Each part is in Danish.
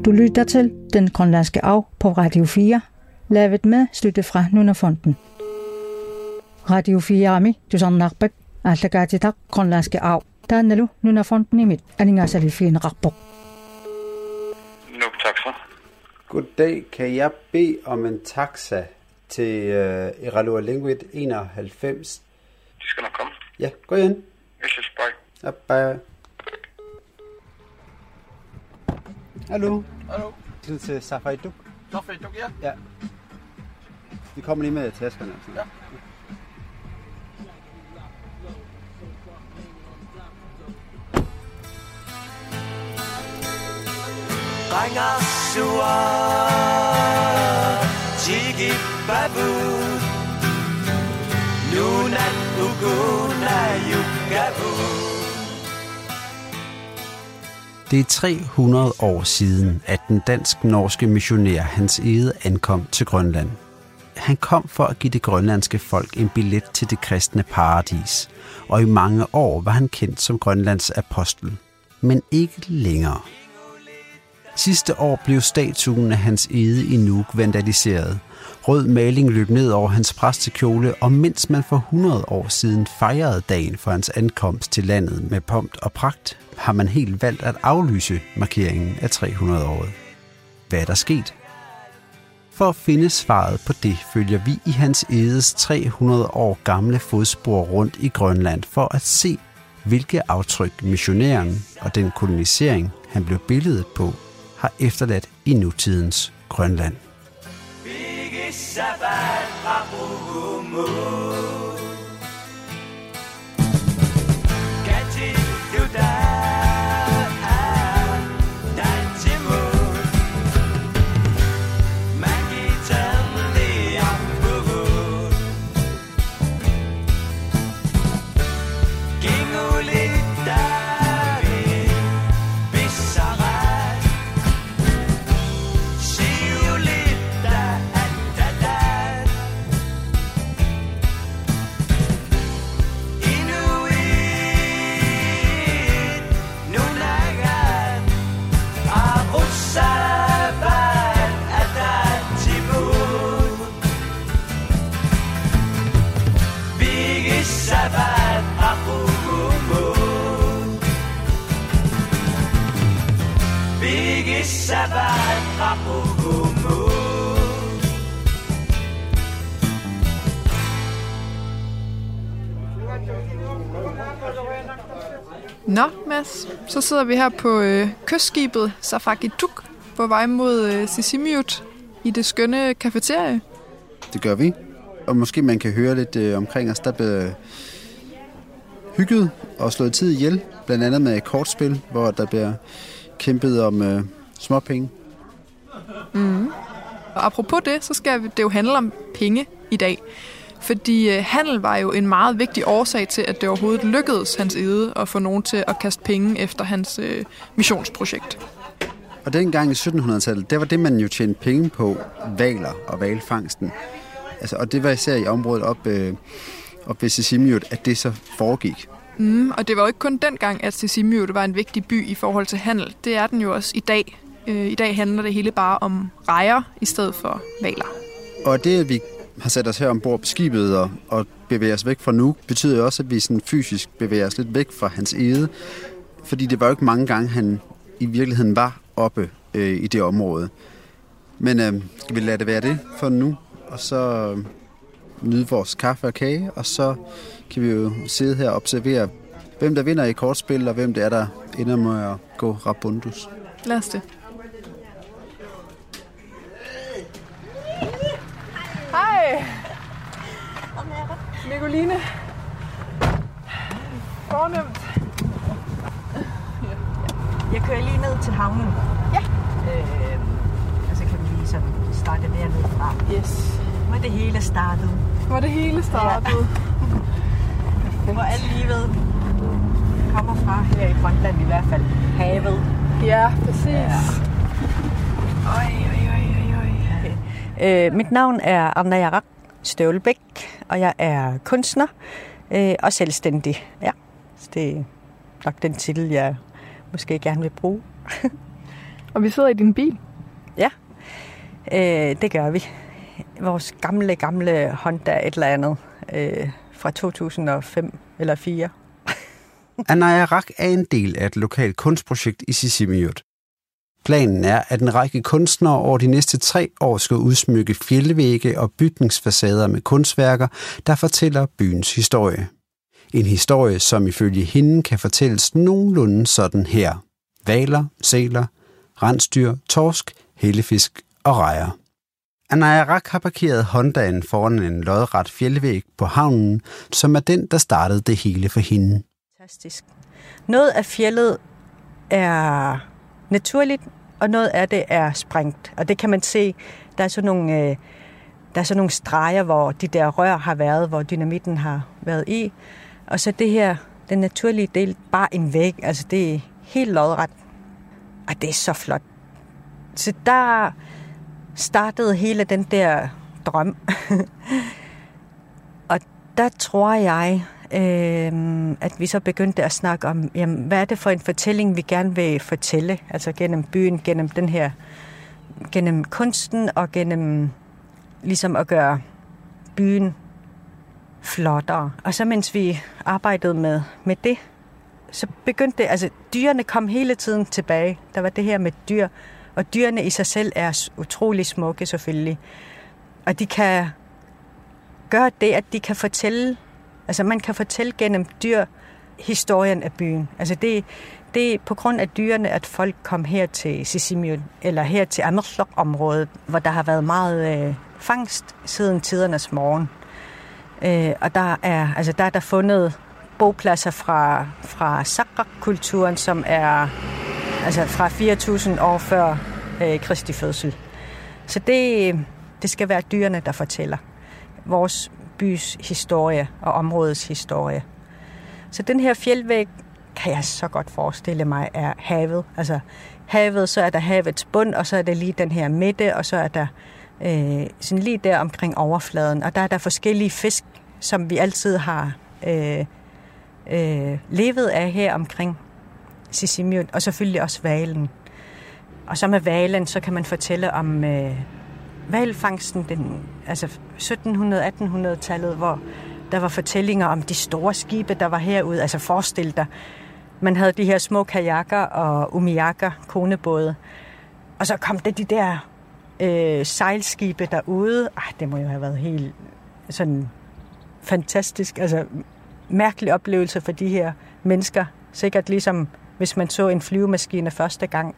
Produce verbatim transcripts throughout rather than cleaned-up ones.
Du lytter til Den Grønlandske Arv på Radio fire, lavet med støtte fra Nunafonden. Radio fire Ami, du sådan nærmest, alt der til tak Grønlandske Arv. Der er nu Nunafonden i midt, og ingen særlig fin rapport. Nuuk Taxa. Goddag, kan jeg bede om en taxa til uh, Irralualinguit enoghalvfems? De skal nok komme. Ja, gå ind. Jeg synes, bye. Ja, bye. Hallo. Hallo. Tid til Safarituk. Safarituk, ja. Ja. Vi kommer lige med taskerne. Ja. Rangasua, Jigi Babu, Nunat Uguna Yugabu. Det er tre hundrede år siden, at den dansk-norske missionær Hans Egede ankom til Grønland. Han kom for at give det grønlandske folk en billet til det kristne paradis, og i mange år var han kendt som Grønlands apostel, men ikke længere. Sidste år blev statuen af Hans Egede i Nuuk vandaliseret. Rød maling løb ned over hans præstekjole, og mens man for hundrede år siden fejrede dagen for hans ankomst til landet med pomp og pragt, har man helt valgt at aflyse markeringen af tre hundrede året. Hvad er der sket? For at finde svaret på det, følger vi i Hans Egedes tre hundrede år gamle fodspor rundt i Grønland for at se, hvilke aftryk missionæren og den kolonisering, han blev billedet på, har efterladt i nutidens Grønland. Nå, Mads, så sidder vi her på øh, kystskibet Safarituk på vej mod øh, Sisimiut i det skønne kafeterie. Det gør vi. Og måske man kan høre lidt øh, omkring os, der bliver hygget og slået tid ihjel, blandt andet med et kortspil, hvor der bliver kæmpet om øh, småpenge. Mm. Og apropos det, så skal det jo handle om penge i dag. Fordi øh, handel var jo en meget vigtig årsag til, at det overhovedet lykkedes Hans Egede at få nogen til at kaste penge efter hans øh, missionsprojekt. Og dengang i syttenhundredetallet, der var det, man jo tjente penge på, hvaler og hvalfangsten. Altså, og det var især i området op, øh, op ved Sisimiut, at det så foregik. Mm, og det var jo ikke kun dengang, at Sisimiut var en vigtig by i forhold til handel. Det er den jo også i dag. Øh, I dag handler det hele bare om rejer i stedet for hvaler. Og det, at vi har sat os her ombord på skibet og, og bevæger os væk fra Nuuk, betyder jo også, at vi sådan fysisk bevæger os lidt væk fra Hans Egede. Fordi det var jo ikke mange gange, han i virkeligheden var oppe øh, i det område. Men øh, skal vi lade det være det for nu? Og så øh, nyde vores kaffe og kage, og så kan vi jo sidde her og observere, hvem der vinder i kortspil, og hvem det er, der ender med at gå rabundus. Lad os det. Hej! Nicoline. Fornemt. Jeg kører lige ned til havnen. Ja. Øh, og så kan vi lige sådan starte dernede fra. Yes. Hvor det hele startede. Hvor det hele startede. Ja. Hvor alt livet kommer fra her i Grønland i hvert fald. Havet. Ja, præcis. Ja. Oj, oj, oj, oj, oj. Okay. Øh, mit navn er Amnayarak Støvlebæk, og jeg er kunstner øh, og selvstændig. Ja, så det er nok den titel, jeg måske gerne vil bruge. Og vi sidder i din bil. Ja, øh, det gør vi. Vores gamle, gamle Honda et eller andet øh, fra to tusind og fem eller fire. Anayarak er en del af et lokalt kunstprojekt i Sisimiut. Planen er, at en række kunstnere over de næste tre år skal udsmykke fjeldvægge og bygningsfacader med kunstværker, der fortæller byens historie. En historie, som ifølge hende kan fortælles nogenlunde sådan her. Hvaler, sæler, rensdyr, torsk, hellefisk og rejer. Anayarak har parkeret Hondaen foran en lodret fjeldvæg på havnen, som er den, der startede det hele for hende. Fantastisk. Noget af fjeldet er naturligt, og noget af det er sprængt. Og det kan man se, der er sådan nogle, øh, der er sådan nogle streger, hvor de der rør har været, hvor dynamitten har været i. Og så det her, den naturlige del, bare en væg, altså det er helt lodret. Og det er så flot. Så der startede hele den der drøm. Og der tror jeg, øh, at vi så begyndte at snakke om, jamen, hvad er det for en fortælling, vi gerne vil fortælle? Altså gennem byen, gennem den her, gennem kunsten og gennem ligesom at gøre byen flottere. Og så mens vi arbejdede med, med det, så begyndte det, altså dyrene kom hele tiden tilbage. Der var det her med dyr, og dyrene i sig selv er utrolig smukke selvfølgelig. Og de kan gøre det, at de kan fortælle, altså man kan fortælle gennem dyr historien af byen. Altså det, det er på grund af dyrene, at folk kom her til Sisimiut, eller her til Amershok-området, hvor der har været meget øh, fangst siden tidernes morgen. Øh, og der er, altså der er der fundet bopladser fra, fra Sakrak-kulturen, som er altså fra fire tusind år før øh, Kristi fødsel. Så det, det skal være dyrene, der fortæller vores bys historie og områdets historie. Så den her fjeldvæg kan jeg så godt forestille mig er havet. Altså havet, så er der havets bund, og så er der lige den her midte, og så er der øh, sådan lige der omkring overfladen. Og der er der forskellige fisk, som vi altid har øh, øh, levet af her omkring Sisimiut, og selvfølgelig også hvalen. Og så med hvalen, så kan man fortælle om øh, hvalfangsten, den, altså sytten hundrede-atten hundrede-tallet, hvor der var fortællinger om de store skibe, der var herude. Altså forestil dig, man havde de her små kajakker og umiyakker, konebåde. Og så kom der de der øh, sejlskibe derude. Ej, det må jo have været helt sådan fantastisk, altså mærkelig oplevelse for de her mennesker. Sikkert ligesom hvis man så en flyvemaskine første gang.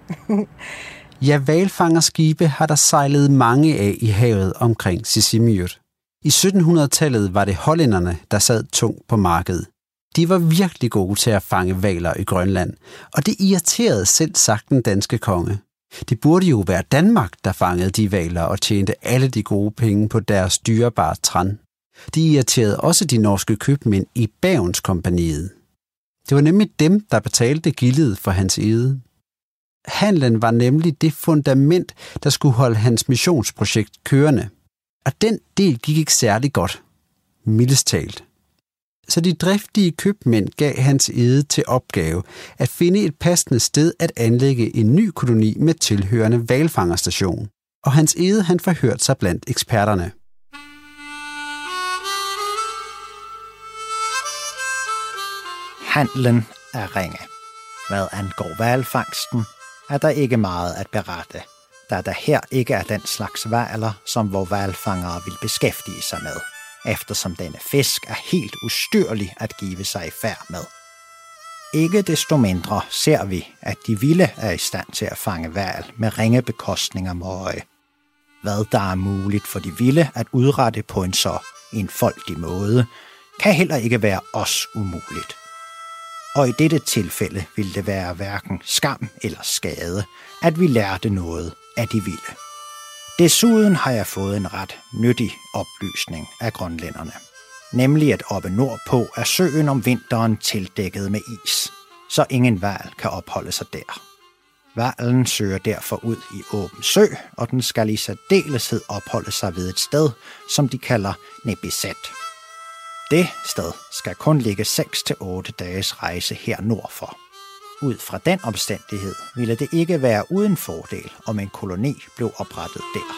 Ja, hvalfangerskibe har der sejlet mange af i havet omkring Sisimiut. I sytten hundrede-tallet var det hollænderne, der sad tungt på markedet. De var virkelig gode til at fange hvaler i Grønland, og det irriterede selv sagt den danske konge. Det burde jo være Danmark, der fangede de hvaler og tjente alle de gode penge på deres dyrebare tran. De irriterede også de norske købmænd i Bergenskompagniet. Det var nemlig dem, der betalte gildet for hans ede. Handlen var nemlig det fundament, der skulle holde hans missionsprojekt kørende. Og den del gik ikke særlig godt. Mildest talt. Så de driftige købmænd gav hans ede til opgave at finde et passende sted at anlægge en ny koloni med tilhørende hvalfangerstation. Og hans ede han forhørte sig blandt eksperterne. Handlen er ringe. Hvad angår hvalfangsten, er der ikke meget at berette, da der her ikke er den slags hvaler, som vores hvalfangere vil beskæftige sig med, eftersom denne fisk er helt ustyrlig at give sig i færd med. Ikke desto mindre ser vi, at de vilde er i stand til at fange hval med ringe bekostninger med øje. Hvad der er muligt for de vilde at udrette på en så enfoldig måde, kan heller ikke være os umuligt. Og i dette tilfælde ville det være hverken skam eller skade, at vi lærte noget af de vilde. Desuden har jeg fået en ret nyttig oplysning af grønlænderne, nemlig at oppe nordpå er søen om vinteren tildækket med is, så ingen hval kan opholde sig der. Hvalen søger derfor ud i åben sø, og den skal i særdeleshed opholde sig ved et sted, som de kalder Nebisat. Det sted skal kun ligge seks til otte dages rejse her nordfor. ud fra den omstændighed ville det ikke være uden fordel, om en koloni blev oprettet der.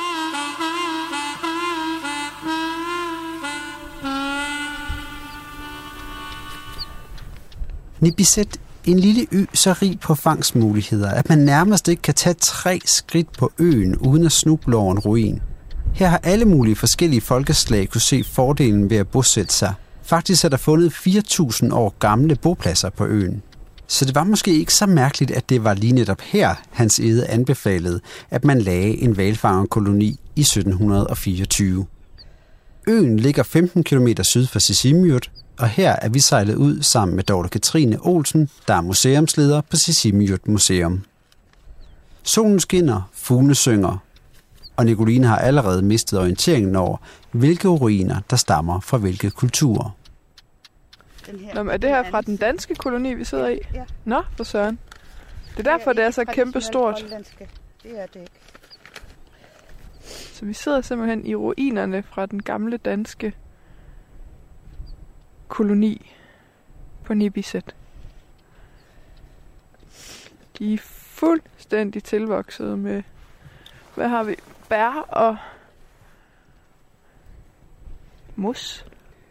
Nipisat, en lille ø så rig på fangstmuligheder, at man nærmest ikke kan tage tre skridt på øen uden at snuble over en ruin. Her har alle mulige forskellige folkeslag kunne se fordelen ved at bosætte sig. Faktisk er der fundet fire tusind år gamle bopladser på øen. Så det var måske ikke så mærkeligt, at det var lige netop her, Hans Egede anbefalede, at man lagde en hvalfangerkoloni i sytten fireogtyve. Øen ligger femten kilometer syd for Sisimiut, og her er vi sejlet ud sammen med Dorte Katrine Olsen, der er museumsleder på Sisimiut Museum. Solen skinner, fuglene synger, og Nicoline har allerede mistet orienteringen over, hvilke ruiner, der stammer fra hvilke kulturer. Nå, men er det her fra den danske koloni, vi sidder i? Ja. Nå, for søren. Det er derfor, det er så kæmpe stort. Det er det ikke. Så vi sidder simpelthen i ruinerne fra den gamle danske koloni på Nipisat. De er fuldstændig tilvoksede med, hvad har vi? Bær og mos.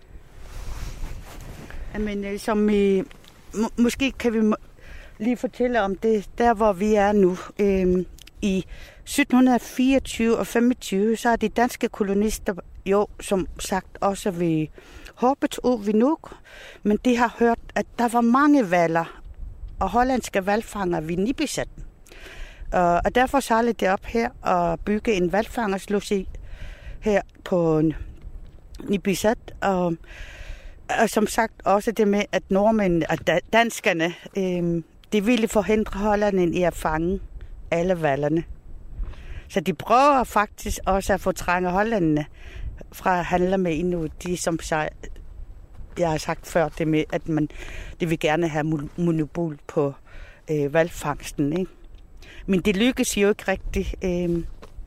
Men som I, må, måske kan vi må, lige fortælle om det, der hvor vi er nu. Øhm, I sytten fireogtyve og femogtyve, så er de danske kolonister jo, som sagt, også ved Hobbit og ved Nuuk. Men de har hørt, at der var mange hvaler og hollandske hvalfanger ved Nipisat. Og derfor sejlede det op her og bygge en hvalfangerslogi her på Nipisat. Og, og som sagt også det med, at nordmændene og danskerne, øh, de ville forhindre hollænderne i at fange alle hvalerne. Så de prøver faktisk også at fortrænge hollænderne fra at handle med endnu. De, som jeg har sagt før, det med, at man, de vil gerne have monopol på øh, hvalfangsten, ikke? Men det lykkes jo ikke rigtigt. Øh.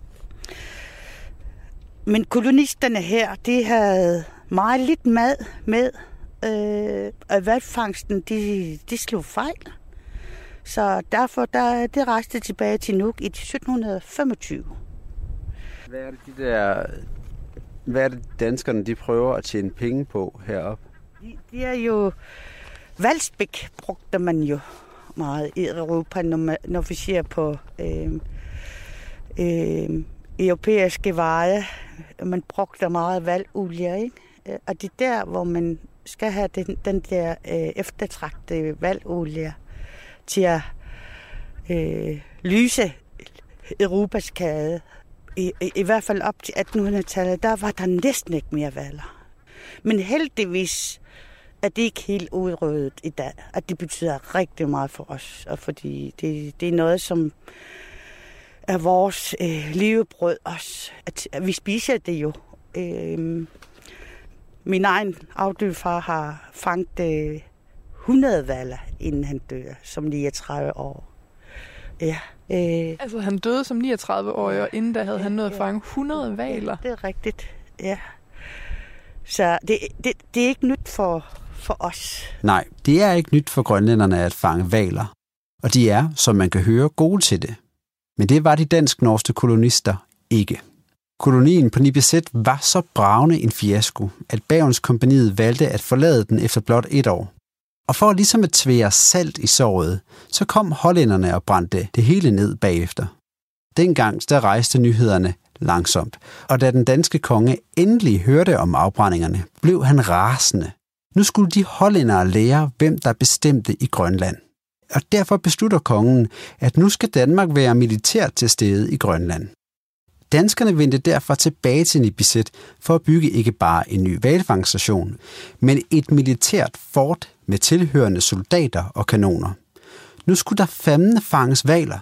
Men kolonisterne her, de havde meget lidt mad med, øh, og hvalfangsten, de, de slog fejl. Så derfor der, det rejste tilbage til Nuuk i sytten femogtyve. Hvad er det, de der, hvad er det danskerne de prøver at tjene penge på heroppe? De, de er jo... Hvalspæk brugte man jo meget i Europa, når, man, når vi ser på øh, øh, europæiske veje. Man brugte meget hvaldolie, ikke? Og det er der, hvor man skal have den, den der øh, eftertragtede hvaldolie til at øh, lyse Europas kade. I, i, I hvert fald op til attenhundredetallet, der var der næsten ikke mere hvaler. Men heldigvis er det ikke helt udryddet i dag. At det betyder rigtig meget for os, og fordi det, det er noget, som er vores øh, levebrød også. At, at vi spiser det jo. Øh, min egen afdøde far har fanget øh, hundrede hvaler, inden han dør, som niogtredive år. Ja. Øh, altså han døde som niogtredive-årig, og inden da havde ja, han nået at fange hundrede hvaler. Ja, det er rigtigt, ja. Så det, det, det er ikke nyt for, for os. Nej, det er ikke nyt for grønlænderne at fange hvaler. Og de er, som man kan høre, gode til det. Men det var de dansk-norske kolonister ikke. Kolonien på Nipisat var så bravende en fiasko, at Bergenskompagniet valgte at forlade den efter blot et år. Og for ligesom at tvære salt i såret, så kom hollænderne og brændte det hele ned bagefter. Dengang der rejste nyhederne langsomt, og da den danske konge endelig hørte om afbrændingerne, blev han rasende. Nu skulle de hollændere lære, hvem der bestemte i Grønland. Og derfor beslutter kongen, at nu skal Danmark være militært til stede i Grønland. Danskerne vendte derfor tilbage til Nipisat for at bygge ikke bare en ny hvalfangststation, men et militært fort med tilhørende soldater og kanoner. Nu skulle der fandme fanges hvaler.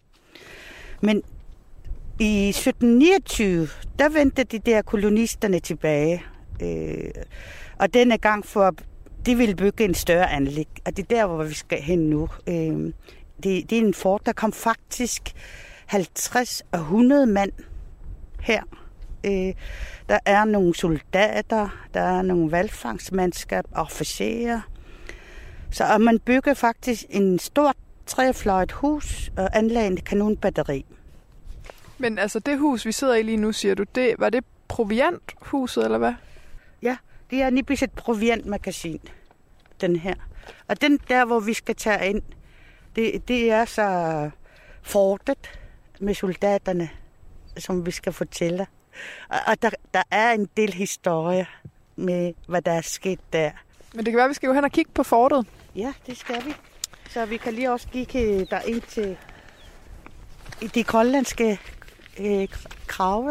Men i sytten niogtyve, der vendte de der kolonisterne tilbage. Øh, og denne gang for, de ville bygge en større anlæg. Og det er der, hvor vi skal hen nu. Øh, det, det er en fort, der kom faktisk halvtreds og hundrede mand her. Øh, der er nogle soldater, der er nogle hvalfangstmandskab, officerer. Så man bygger faktisk en stort trefløjet hus og anlagde en kanonbatteri. Men altså det hus, vi sidder i lige nu, siger du, det, var det provianthuset, eller hvad? Ja, det er Nibisit et proviantmagasin, den her. Og den der, hvor vi skal tage ind, det, det er så fortet med soldaterne, som vi skal fortælle. Og, og der, der er en del historie med, hvad der er sket der. Men det kan være, at vi skal gå hen og kigge på fortet. Ja, det skal vi. Så vi kan lige også kigge der ind til i de grønlandske øh, krave.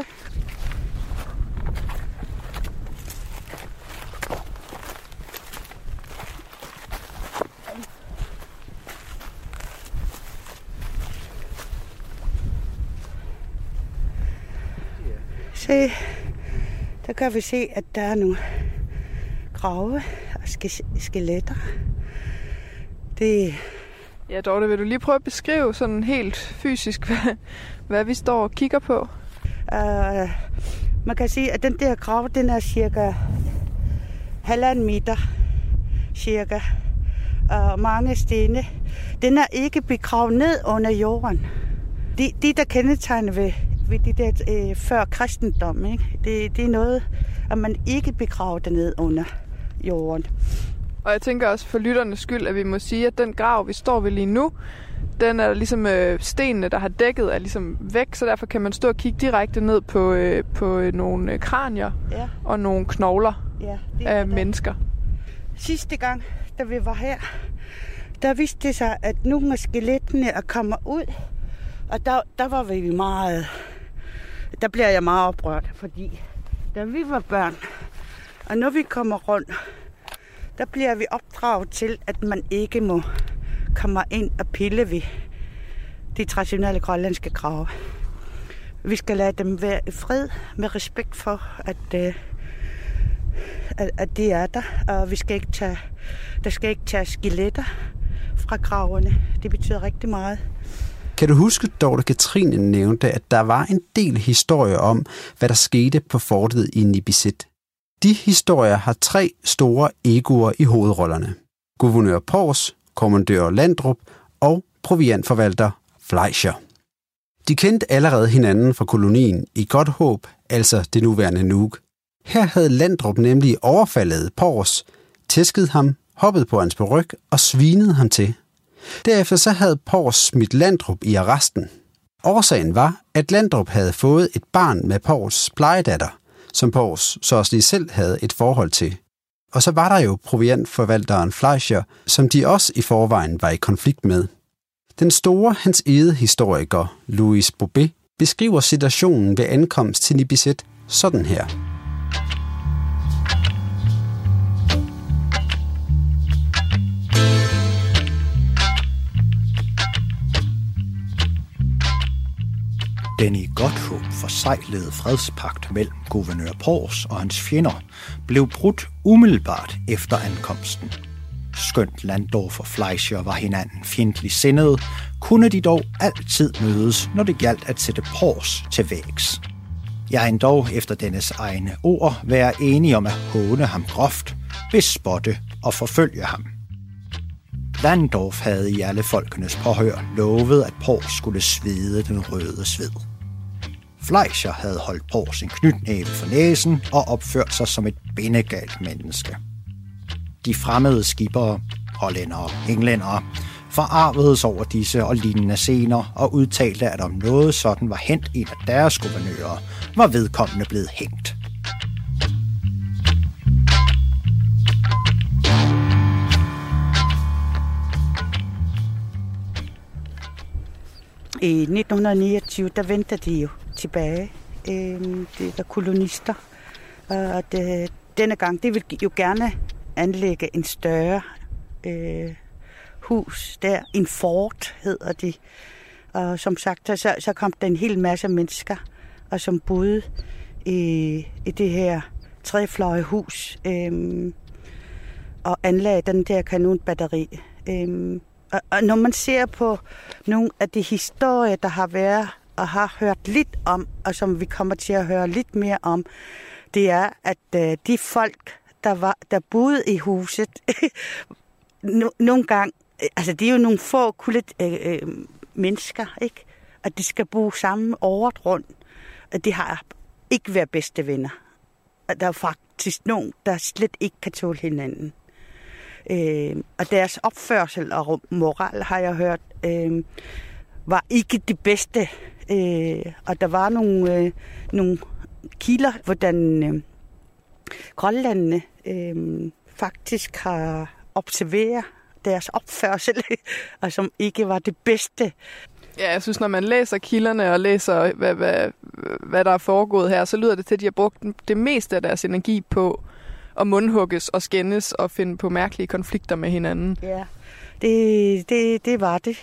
Se, der kan vi se, at der er nogle grave og ske- skeletter. Det... Ja, Dorte, vil du lige prøve at beskrive sådan helt fysisk, hvad, hvad vi står og kigger på? Uh, man kan sige, at den der grav, den er cirka halvanden meter, cirka. Og mange stene. Den er ikke begravet ned under jorden. De, de der kendetegner ved, ved de der øh, før kristendom, ikke? Det, det er noget, at man ikke begraver det ned under jorden. Og jeg tænker også for lytternes skyld, at vi må sige, at den grav, vi står ved lige nu, den er ligesom øh, stenene, der har dækket, er ligesom væk, så derfor kan man stå og kigge direkte ned på, øh, på øh, nogle øh, kranier ja. og nogle knogler ja, af det. mennesker. Sidste gang, da vi var her, der viste det sig, at nogle af skelettene er kommet ud, og der, der var vi meget, der bliver jeg meget oprørt, fordi da vi var børn, og når vi kommer rundt, der bliver vi opdraget til, at man ikke må komme ind og pille ved de traditionelle grønlandske grave. Vi skal lade dem være i fred med respekt for, at, at, at de er der, og vi skal ikke tage, der skal ikke tage skeletter fra graverne. Det betyder rigtig meget. Kan du huske, Dorte Katrine nævnte, at der var en del historier om, hvad der skete på fortet i Nibisit? De historier har tre store egoer i hovedrollerne. Guvernør Pors, kommandør Landrup og proviantforvalter Fleischer. De kendte allerede hinanden fra kolonien i Godthåb, altså det nuværende Nuuk. Her havde Landrup nemlig overfaldet Pors, tæsket ham, hoppet på hans paryk og svinede ham til. Derefter så havde Pors smidt Landrup i arresten. Årsagen var, at Landrup havde fået et barn med Pors plejedatter, som Pors så også lige selv havde et forhold til. Og så var der jo proviantforvalteren Fleischer, som de også i forvejen var i konflikt med. Den store Hans Egede-historiker Louis Bobet beskriver situationen ved ankomst til Nibisit sådan her. Den i Godthåb forsejlede fredspagt mellem guvernør Pors og hans fjender blev brudt umiddelbart efter ankomsten. Skønt Landorf og Fleischer var hinanden fjendtligt sindede, kunne de dog altid mødes, når det gjaldt at sætte Pors til vægs. Jeg er endog efter dennes egne ord være enige om at håne ham groft, bespotte og forfølge ham. Landorf havde i alle folkenes påhør lovet, at Pors skulle svede den røde sved. Fleischer havde holdt Pors en knytnæve for næsen og opført sig som et bindegalt menneske. De fremmede skippere, hollændere og englændere, forarvedes over disse og lignende scener og udtalte, at om noget sådan var hent en af deres guvernører, var vedkommende blevet hængt. I nitten niogtyve, der vendte de jo tilbage, øh, de der kolonister. Og det, denne gang, de ville jo gerne anlægge en større øh, hus der. En fort hedder de. Og som sagt, så, så kom der en hel masse mennesker, og som boede i, i det her trefløje hus øh, og anlagde den der kanonbatteri. Øh, Og, og når man ser på nogle af de historier, der har været og har hørt lidt om, og som vi kommer til at høre lidt mere om, det er, at uh, de folk, der, var, der boede i huset, no, nogle gange, altså det er jo nogle få kulde øh, øh, mennesker, ikke? At de skal bo sammen året rundt. At de har ikke været bedste venner. At der er faktisk nogen, der slet ikke kan tåle hinanden. Øh, og deres opførsel og moral, har jeg hørt, øh, var ikke det bedste. Øh, og der var nogle, øh, nogle kilder, hvordan øh, grønlandene øh, faktisk har observeret deres opførsel, og som ikke var det bedste. Ja, jeg synes, når man læser kilderne og læser, hvad, hvad, hvad der er foregået her, så lyder det til, at de har brugt det meste af deres energi på at mundhugges og skændes og finde på mærkelige konflikter med hinanden. Ja, det, det, det var det.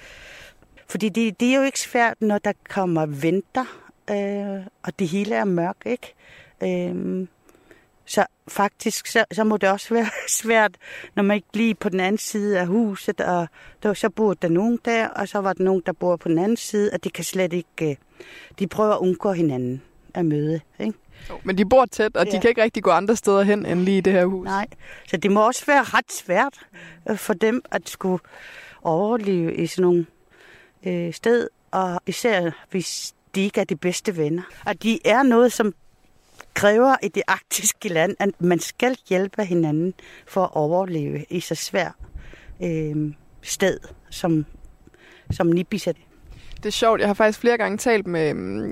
Fordi det, det er jo ikke svært, når der kommer vinter, øh, og det hele er mørkt, ikke? Øh, så faktisk, så, så må det også være svært, når man ikke bliver på den anden side af huset, og der, så bor der nogen der, og så var der nogen, der bor på den anden side, og de kan slet ikke, de prøver at undgå hinanden at møde, ikke? Men de bor tæt, og ja. De kan ikke rigtig gå andre steder hen, end lige i det her hus. Nej, så det må også være ret svært for dem at skulle overleve i sådan nogle øh, sted, og især hvis de ikke er de bedste venner. Og de er noget, som kræver i det arktiske land, at man skal hjælpe hinanden for at overleve i så svært øh, sted, som, som Nipisat. Det er sjovt. Jeg har faktisk flere gange talt med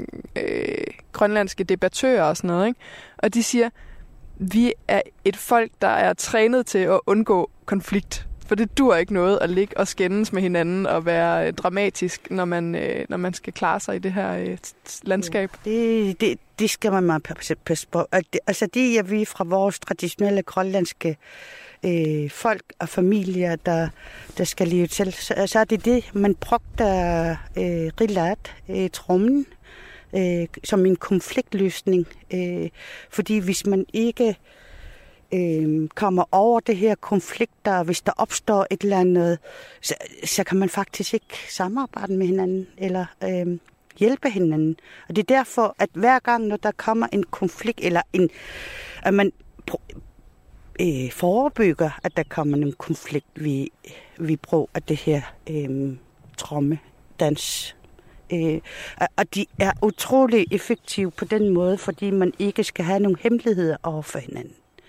øh, grønlandske debattører og sådan noget, ikke? Og de siger, vi er et folk, der er trænet til at undgå konflikt. For det dur ikke noget at ligge og skændes med hinanden og være dramatisk, når man, øh, når man skal klare sig i det her øh, landskab. Ja, det, det, det skal man meget passe på. Altså det er vi fra vores traditionelle grønlandske øh, folk og familier, der, der skal leve til. Så, så er det det, man brugte øh, rilat, øh, trommen, øh, som en konfliktløsning. Øh, fordi hvis man ikke øh, kommer over det her konflikter, hvis der opstår et eller andet, så, så kan man faktisk ikke samarbejde med hinanden, eller øh, hjælpe hinanden. Og det er derfor, at hver gang, når der kommer en konflikt, eller en, at man øh, forebygger, at der kommer en konflikt, vi, vi bruger af det her øh, trommedans. Øh, og de er utrolig effektive på den måde, fordi man ikke skal have nogle hemmeligheder over for hinanden.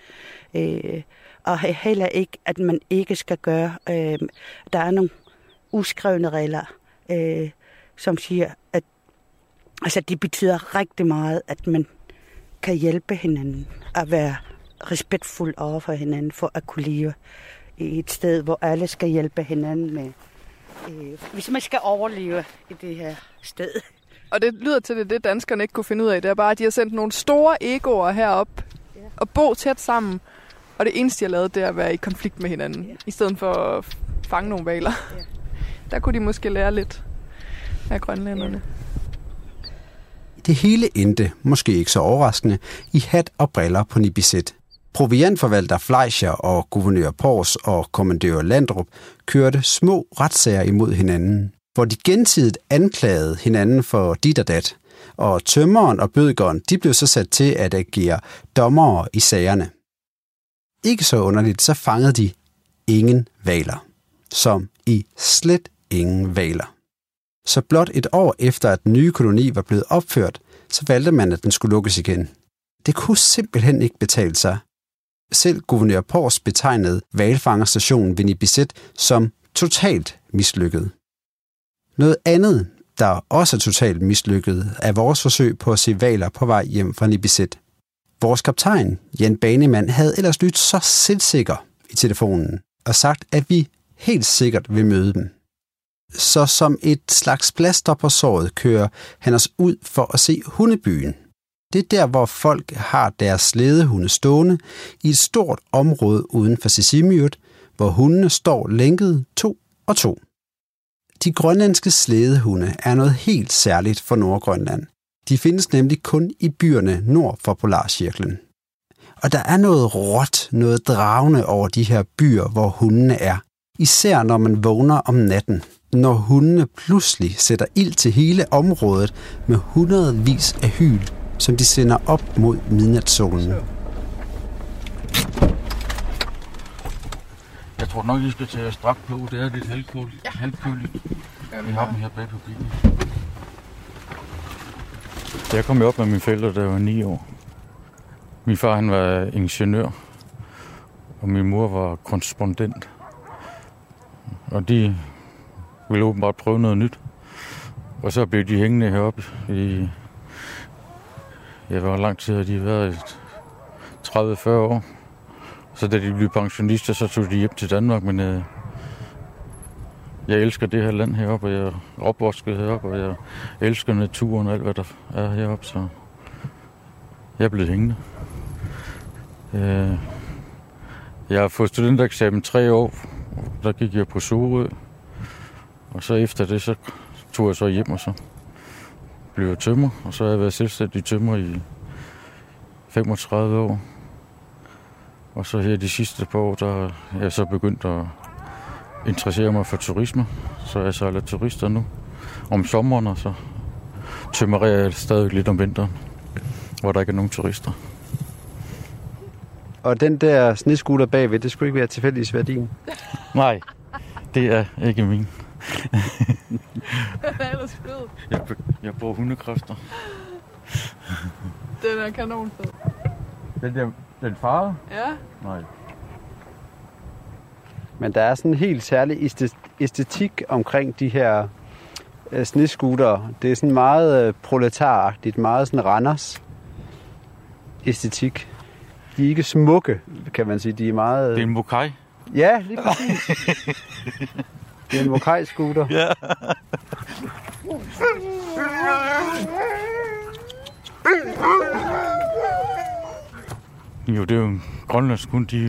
Øh, og heller ikke, at man ikke skal gøre, øh, der er nogle uskrevne regler, øh, som siger, at altså, det betyder rigtig meget, at man kan hjælpe hinanden at være respektfuld over for hinanden, for at kunne leve i et sted, hvor alle skal hjælpe hinanden med, øh, hvis man skal overleve i det her sted. Og det lyder til det, det danskerne ikke kunne finde ud af. Det er bare, at de har sendt nogle store egoer herop ja. Og bo tæt sammen. Og det eneste, de har lavet, det er at være i konflikt med hinanden, ja. I stedet for at fange nogle hvaler. Ja. Der kunne de måske lære lidt af grønlænderne. Ja. Det hele endte, måske ikke så overraskende, i hat og briller på Nipisat. Proviantforvalter Fleischer og guvernør Pors og kommandør Landrup kørte små retssager imod hinanden, hvor de gensidigt anklagede hinanden for dit og dat, og tømmeren og bødgeren, de blev så sat til at agere dommere i sagerne. Ikke så underligt, så fangede de ingen hvaler, som i slet ingen hvaler. Så blot et år efter, at den nye koloni var blevet opført, så valgte man, at den skulle lukkes igen. Det kunne simpelthen ikke betale sig. Selv guvernør Pors betegnede hvalfangerstationen ved Nipisat som totalt mislykket. Noget andet, der også er totalt mislykket, er vores forsøg på at se hvaler på vej hjem fra Nipisat. Vores kaptajn, Jan Banemann, havde ellers lyttet så selvsikker i telefonen og sagt, at vi helt sikkert vil møde dem. Så som et slags plaster på såret kører han os ud for at se hundebyen. Det er der, hvor folk har deres slædehunde stående i et stort område uden for Sisimiut, hvor hundene står lænket to og to. De grønlandske slædehunde er noget helt særligt for Nordgrønland. De findes nemlig kun i byerne nord for Polarcirklen. Og der er noget råt, noget dragende over de her byer, hvor hundene er. Især når man vågner om natten, når hundene pludselig sætter ild til hele området med hundredvis af hyl, som de sender op mod midnatssolen. Jeg tror nok, I skal tage straks på. Det er lidt halvkøligt. Ja. halvkøligt. Vi har dem her bag på bilen. Jeg kom jo op med mine forældre, da jeg var ni år. Min far han var ingeniør, og min mor var korrespondent. Og de ville åbenbart prøve noget nyt. Og så blev de hængende heroppe i... Ja, hvor lang tid har de været? tredive til fyrre år. Så da de blev pensionister, så tog de hjem til Danmark, men øh, jeg elsker det her land heroppe, og jeg er opvokset heroppe, og jeg elsker naturen og alt, hvad der er heroppe, så jeg er blevet hængende. Øh, jeg har fået studentereksamen tre år, der gik jeg på Sorø, og så efter det, så tog jeg så hjem, og så blev jeg tømrer, og så har jeg været selvstændig tømrer i femogtredive år. Og så her de sidste par år, der er jeg så begyndt at interessere mig for turisme. Så jeg sejler turister nu om sommeren, og så tømmerer jeg stadig lidt om vinteren, hvor der ikke er nogen turister. Og den der snescooter bagved, det skulle ikke være tilfældigvis være din? Nej, det er ikke min. Den er ellers fed. Jeg, jeg bruger hundekræfter. Den er kanonfed. Den der, den farve? Ja. Nej. Men der er sådan en helt særlig æstetik omkring de her øh, snescootere. Det er sådan meget øh, proletaragtigt, meget sådan Randers æstetik. De er ikke smukke, kan man sige. De er meget... Det er en Mokai. Ja, lige præcis. Det er en Mokai-scooter. Ja. Jo, det er jo en grønlandsk hund. De,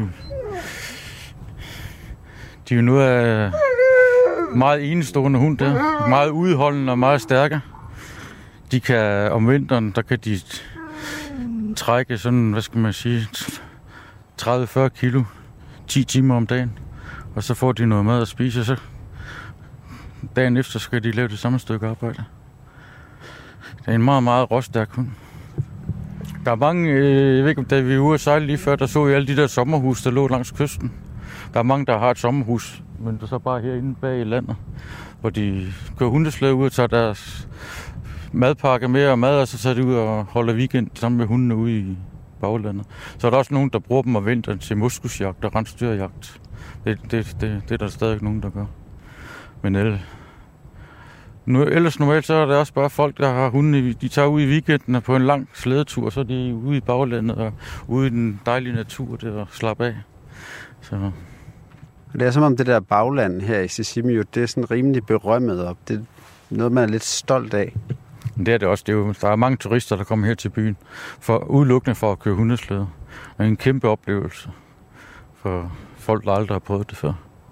de er jo noget af meget enestående hund der. Meget udholdende og meget stærke. De kan om vinteren, der kan de trække sådan, hvad skal man sige, tredive til fyrre kilo, ti timer om dagen. Og så får de noget mad at spise, og så dagen efter skal de lave det samme stykke arbejde. Det er en meget, meget råstærk hund. Der er mange, øh, jeg ved ikke om da vi var ude at sejle lige før, der så vi alle de der sommerhus, der lå langs kysten. Der er mange, der har et sommerhus, men der er så bare herinde bag i landet, hvor de kører hundeslæde ud og tager deres madpakke med og mad, og så tager de ud og holder weekend sammen med hundene ude i baglandet. Så er der også nogen, der bruger dem om vinteren til moskusjagt og rensdyrjagt. Det, det, det, det er der stadig nogen, der gør. Men ellers, nu, ellers normalt så er det også bare folk, der har hunde, de tager ud i weekenden på en lang slædetur, så er de ude i baglandet og ude i den dejlige natur der og slappe af. Så. Det er som om det der bagland her i Sisimiut, det er sådan rimelig berømmet, og det er noget, man er lidt stolt af. Det er det også. Det er jo, der er mange turister, der kommer her til byen, for udelukkende for at køre hundeslæde. Det er en kæmpe oplevelse for folk, der aldrig har prøvet det før.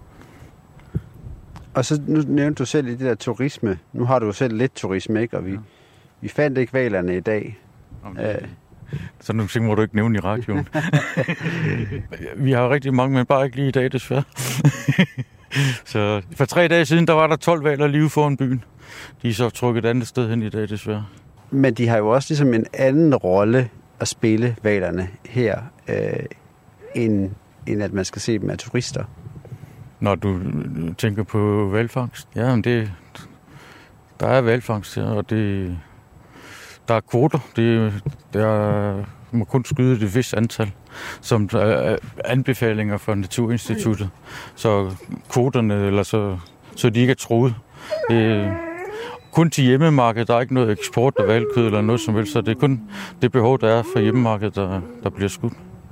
Og så nu nævnte du selv i det der turisme. Nu har du jo selv lidt turisme, ikke? Og vi, ja. vi fandt ikke hvalerne i dag. Okay. Æh. Sådan nogle ting må du ikke nævne i radioen. Vi har rigtig mange, men bare ikke lige i dag, desværre. Så for tre dage siden, der var der tolv hvaler lige foran byen. De er så trukket et andet sted hen i dag, desværre. Men de har jo også ligesom en anden rolle at spille, hvalerne her, øh, end, end at man skal se dem af turister. Når du tænker på hvalfangst? Ja, men det, der er hvalfangst her, og det, der er kvoter. Det, der må kun skyde et vist antal, som er anbefalinger fra Naturinstituttet. Så kvoterne, eller så, så de ikke er truet. Det, kun til hjemmemarkedet. Der er ikke noget eksport af hvalkød eller noget som helst, så det er kun det behov, der er for hjemmemarkedet, der, der bliver skudt.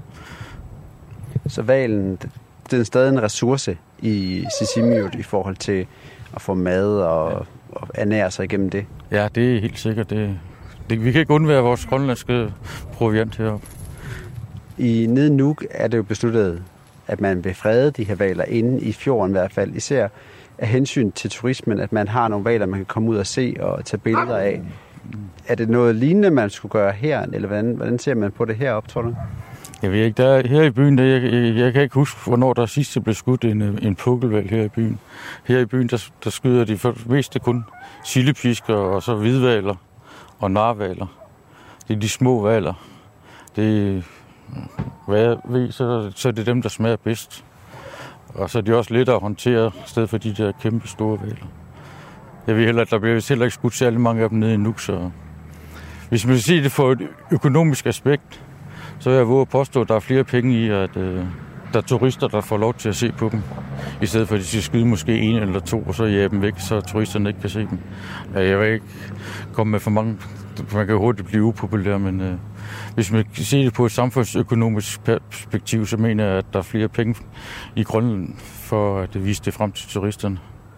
Så hvalen, det er stadig en ressource i Sisimiut i forhold til at få mad og, og ernære sig igennem det? Ja, det er helt sikkert. Det, det, vi kan ikke undvære vores grønlandske proviant heroppe. I nede Nuuk er det jo besluttet, at man vil frede de her hvaler inde i fjorden i hvert fald, især af hensyn til turismen, at man har nogle hvaler, man kan komme ud og se og tage billeder af. Er det noget lignende, man skulle gøre her, eller hvordan, hvordan ser man på det heroppe, tror du? Jeg ved ikke, der her i byen, der, jeg, jeg, jeg kan ikke huske, hvornår der sidst blev skudt en, en pukkelhval her i byen. Her i byen, der, der skyder de for det meste kun sildepisker og så hvidhvaler og narhvaler. Det er de små hvaler. Det, hvad jeg ved, så, så er det dem, der smager bedst. Og så er de også lettere at håndtere, i stedet for de der kæmpe store hvaler. Jeg ved heller, at der bliver heller ikke skudt særlig mange af dem nede i Nuuk, så hvis man vil sige det for et økonomisk aspekt, så vil jeg våge at påstå, at der er flere penge i, at øh, der er turister, der får lov til at se på dem. I stedet for, at de skal skyde måske en eller to, og så jage dem væk, så turisterne ikke kan se dem. Jeg vil ikke komme med for mange. Man kan hurtigt blive upopulær, men øh, hvis man kan se det på et samfundsøkonomisk perspektiv, så mener jeg, at der er flere penge i Grønland for at vise det frem til turisterne.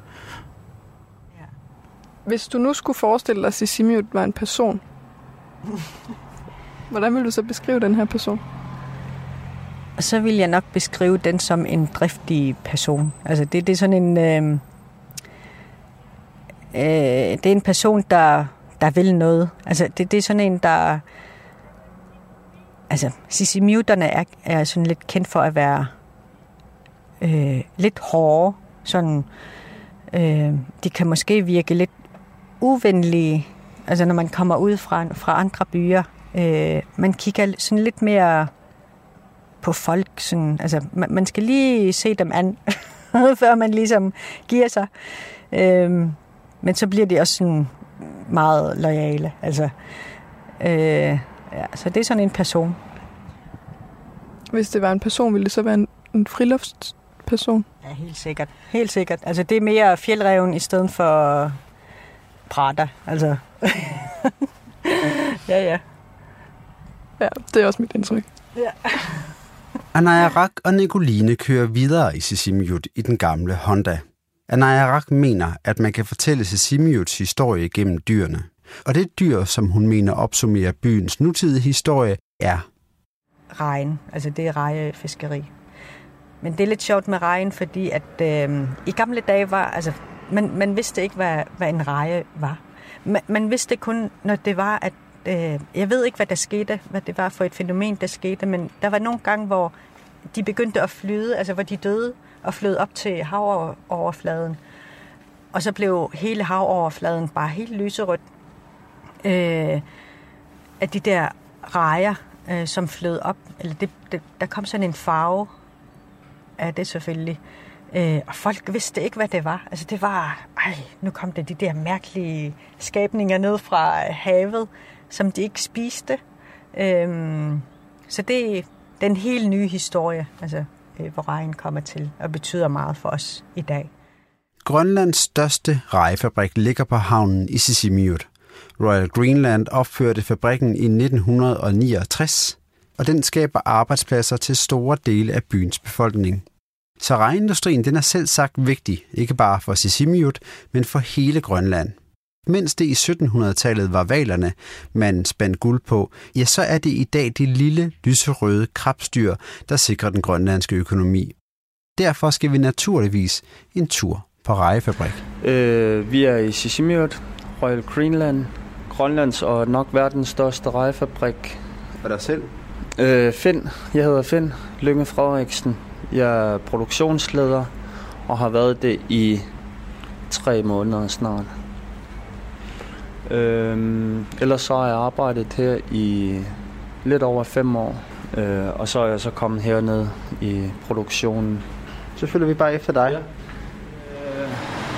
Hvis du nu skulle forestille dig, at Sisimiut var en person, hvordan vil du så beskrive den her person? Så vil jeg nok beskrive den som en driftig person. Altså det, det er sådan en øh, øh, det er en person, der der vil noget. Altså det, det er sådan en, der altså Sisimiuterne er, er sådan lidt kendt for at være øh, lidt hårde. Sådan øh, de kan måske virke lidt uvenlige, altså når man kommer ud fra, fra andre byer. Øh, man kigger sådan lidt mere på folk. Sådan, altså, man, man skal lige se dem an, før man ligesom giver sig. Øh, men så bliver de også sådan meget loyale. Altså, øh, ja, så det er sådan en person. Hvis det var en person, ville det så være en, en friluftsperson? Ja, helt sikkert. Helt sikkert. Altså, det er mere fjeldreven i stedet for Prada, altså. ja, ja. Ja, det er også mit indtryk. Ja. Anayarak og Nicoline kører videre i Sisimiut i den gamle Honda. Anayarak mener, at man kan fortælle Sisimiuts historie gennem dyrene. Og det dyr, som hun mener opsummerer byens nutidige historie, er rejen. Altså det er rejefiskeri. Men det er lidt sjovt med rejen, fordi at øh, i gamle dage var, altså man, man vidste ikke, hvad, hvad en reje var. Man, man vidste kun, når det var, at øh, jeg ved ikke, hvad der skete, hvad det var for et fænomen, der skete, men der var nogle gange, hvor de begyndte at flyde, altså hvor de døde og flød op til havoverfladen. Og så blev hele havoverfladen bare helt lyserødt. Øh, af de der rejer, øh, som flød op, eller det, det, der kom sådan en farve af det selvfølgelig. Øh, og folk vidste ikke, hvad det var. Altså det var, ej, nu kom der de der mærkelige skabninger ned fra havet, som de ikke spiste. Øh, så det er den helt nye historie, altså, øh, hvor rejen kommer til, og betyder meget for os i dag. Grønlands største rejefabrik ligger på havnen i Sisimiut. Royal Greenland opførte fabrikken i nitten niogtres, og den skaber arbejdspladser til store dele af byens befolkning. Så rejeindustrien den er selv sagt vigtig, ikke bare for Sisimiut, men for hele Grønland. Mens det i syttenhundredetallet var hvalerne, man spandte guld på, ja, så er det i dag de lille, lyserøde krabstyr, der sikrer den grønlandske økonomi. Derfor skal vi naturligvis en tur på rejefabrik. Øh, vi er i Sisimiut, Royal Greenland, Grønlands og nok verdens største rejefabrik. Og dig selv? Øh, Finn. Jeg hedder Finn Lynge Frederiksen. Jeg er produktionsleder og har været det i tre måneder snart. Øhm, ellers så har jeg arbejdet her i lidt over fem år, øh, og så er jeg så kommet herned i produktionen. Så følger vi bare efter dig. Ja. Øh,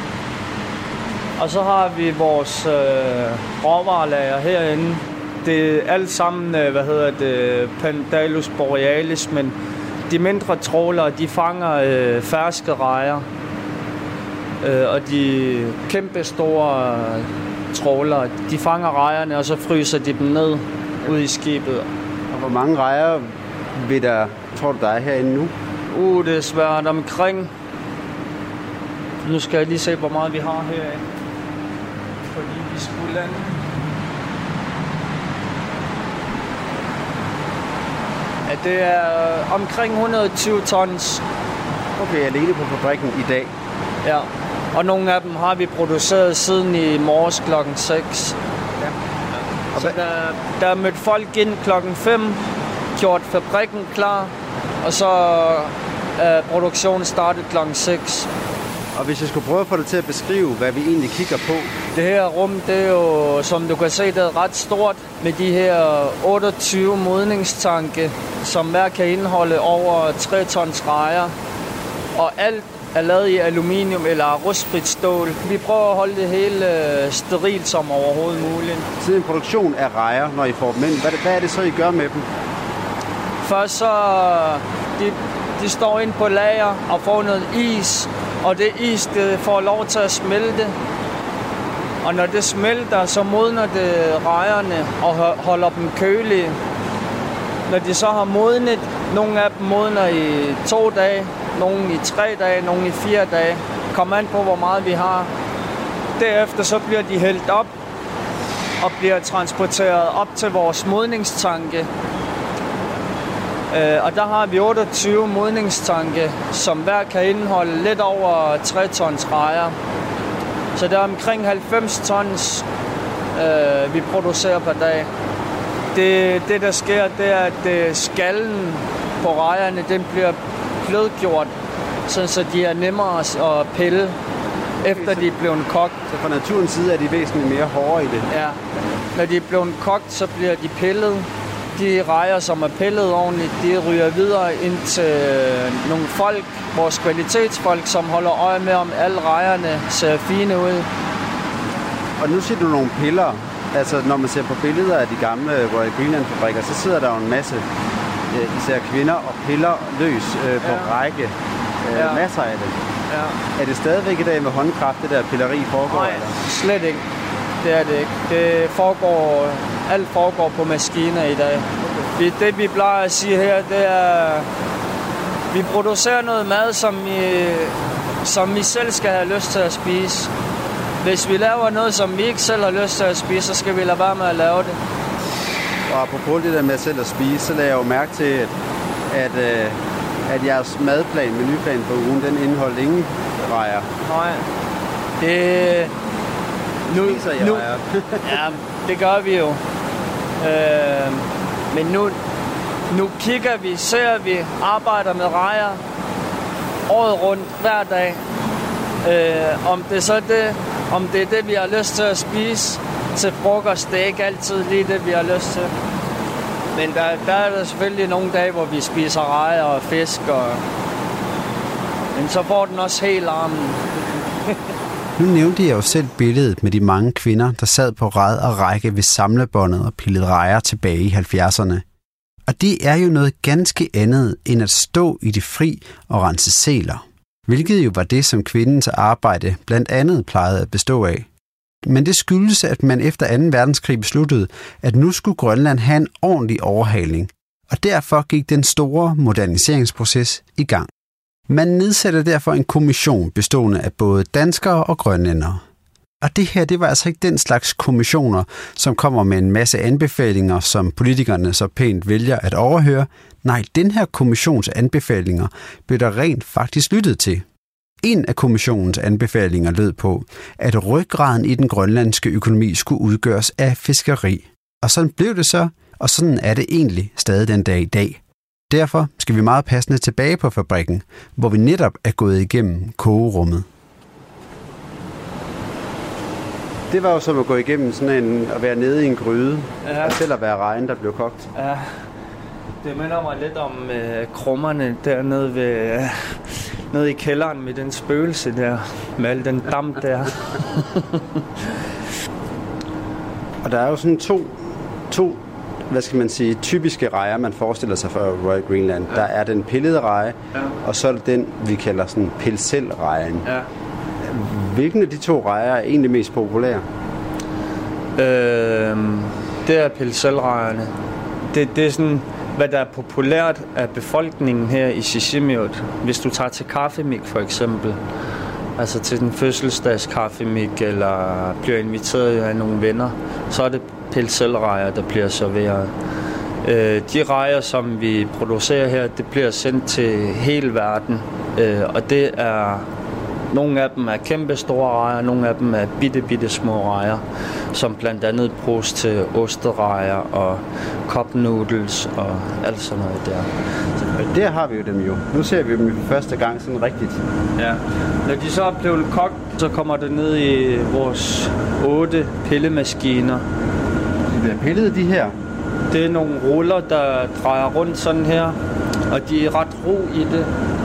og så har vi vores øh, råvarelager herinde. Det er alt sammen, øh, hvad hedder det, Pandalus borealis, men de mindre trålere, de fanger øh, ferske rejer, øh, og de kæmpe store øh, trålere, de fanger rejerne, og så fryser de dem ned ude i skibet. Og hvor mange rejer vil der, tror du, der er herinde nu? Uh, det er svært omkring. Nu skal jeg lige se, hvor meget vi har herinde. Fordi vi skulle lande. Ja, det er omkring et hundrede og tyve tons. Okay, alene på fabrikken i dag? Ja, og nogle af dem har vi produceret siden i morges klokken seks. Ja. Så der, der er mødt folk ind klokken fem, gjort fabrikken klar, og så er produktionen startet klokken seks. Og hvis jeg skulle prøve at få dig til at beskrive, hvad vi egentlig kigger på? Det her rum, det er jo, som du kan se, det er ret stort med de her otteogtyve modningstanke, som hver kan indeholde over tre tons rejer. og alt er lavet i aluminium eller rustfrit stål. Vi prøver at holde det hele sterilt som overhovedet muligt. Så en produktion af rejer, når I får dem ind. Hvad, hvad er det så, I gør med dem? Først så de, de står inde på lager og får noget is, og det is det får lov til at smelte. Og når det smelter, så modner det rejerne og holder dem kølige. Når de så har modnet, nogle af dem modner i to dage, nogle i tre dage, nogle i fire dage. Kom an på, hvor meget vi har. Derefter så bliver de hældt op og bliver transporteret op til vores modningstanke. Og der har vi otteogtyve modningstanke, som hver kan indeholde lidt over tre tons rejer. Så der er omkring halvfems tons, øh, vi producerer per dag. Det, det der sker, det er, at skallen på rejerne, den bliver blødgjort, så de er nemmere at pille, efter de er blevet kogt. Så fra naturens side er de væsentligt mere hårde i det? Ja. Når de er blevet kogt, så bliver de pillet. De rejer, som er pillet ordentligt, de ryger videre ind til nogle folk, vores kvalitetsfolk, som holder øje med, om alle rejerne ser fine ud. Og nu siger du nogle piller. Altså, når man ser på billeder af de gamle Royal Greenland-fabrikker, så sidder der jo en masse, øh, især kvinder, og piller løs øh, på ja. række. Øh, ja. Masser af det. Ja. Er det stadigvæk i dag med håndkraft, det der pilleri foregår? Nej, eller? Slet ikke. Det er det ikke. Det foregår, alt foregår på maskiner i dag. Okay. Det, vi plejer at sige her, det er, vi producerer noget mad, som vi, som vi selv skal have lyst til at spise. Hvis vi laver noget, som vi ikke selv har lyst til at spise, så skal vi lade være med at lave det. Og apropos det der med selv at spise, så lader jeg jo mærke til, at, at, at jeres madplan, menuplan på ugen, den indeholder ingen rejer. Nej. Det... Nu, spiser I nu, rejer? Ja, det gør vi jo. Øh, men nu, nu kigger vi, ser vi, arbejder med rejer året rundt, hver dag. Øh, om det så er det, om det er det, vi har lyst til at spise til frokost, det er ikke altid lige det, vi har lyst til. Men der, der er der selvfølgelig nogle dage, hvor vi spiser rejer og fisk, og... men så får den også helt armen. Nu nævnte jeg jo selv billedet med de mange kvinder, der sad på rad og række ved samlebåndet og pillede rejer tilbage i halvfjerdserne. Og det er jo noget ganske andet end at stå i det fri og rense sæler. Hvilket jo var det, som kvindens arbejde blandt andet plejede at bestå af. Men det skyldes, at man efter anden verdenskrig besluttede, at nu skulle Grønland have en ordentlig overhaling, og derfor gik den store moderniseringsproces i gang. Man nedsætter derfor en kommission bestående af både danskere og grønlændere. Og det her, det var altså ikke den slags kommissioner, som kommer med en masse anbefalinger, som politikerne så pænt vælger at overhøre. Nej, den her kommissions anbefalinger blev der rent faktisk lyttet til. En af kommissionens anbefalinger lød på, at ryggraden i den grønlandske økonomi skulle udgøres af fiskeri. Og sådan blev det så, og sådan er det egentlig stadig den dag i dag. Derfor skal vi meget passende tilbage på fabrikken, hvor vi netop er gået igennem kogerummet. Det var jo som at gå igennem sådan en, at være nede i en gryde, ja. Og selv at være rejen, der blev kogt. Ja, det minder mig lidt om øh, krummerne dernede ved, øh, nede i kælderen med den spøgelse der, med al den damp der. Og der er jo sådan to, to hvad skal man sige, typiske rejer, man forestiller sig for Royal Greenland. Ja. Der er den pillede reje, ja. Og så er det den, vi kalder sådan pilselrejen. Ja. Hvilken af de to rejer er egentlig mest populære? Øh, det er pilselrejerne. Det, det er sådan, hvad der er populært af befolkningen her i Sisimiut. Hvis du tager til kaffemik for eksempel, altså til den fødselsdagskaffemik, eller bliver inviteret af nogle venner, så er det pilselrejer, der bliver serveret. Øh, de rejer, som vi producerer her, det bliver sendt til hele verden, øh, og det er... Nogle af dem er kæmpe store rejer, nogle af dem er bitte, bitte små rejer, som blandt andet bruges til osterejer og cup noodles og alt sådan noget der. Og der har vi jo dem jo. Nu ser vi dem for første gang sådan rigtigt. Ja. Når de så er blevet kogt, så kommer det ned i vores otte pillemaskiner. De bliver pillet, de her? Det er nogle ruller, der drejer rundt sådan her, og de er ret ro i det.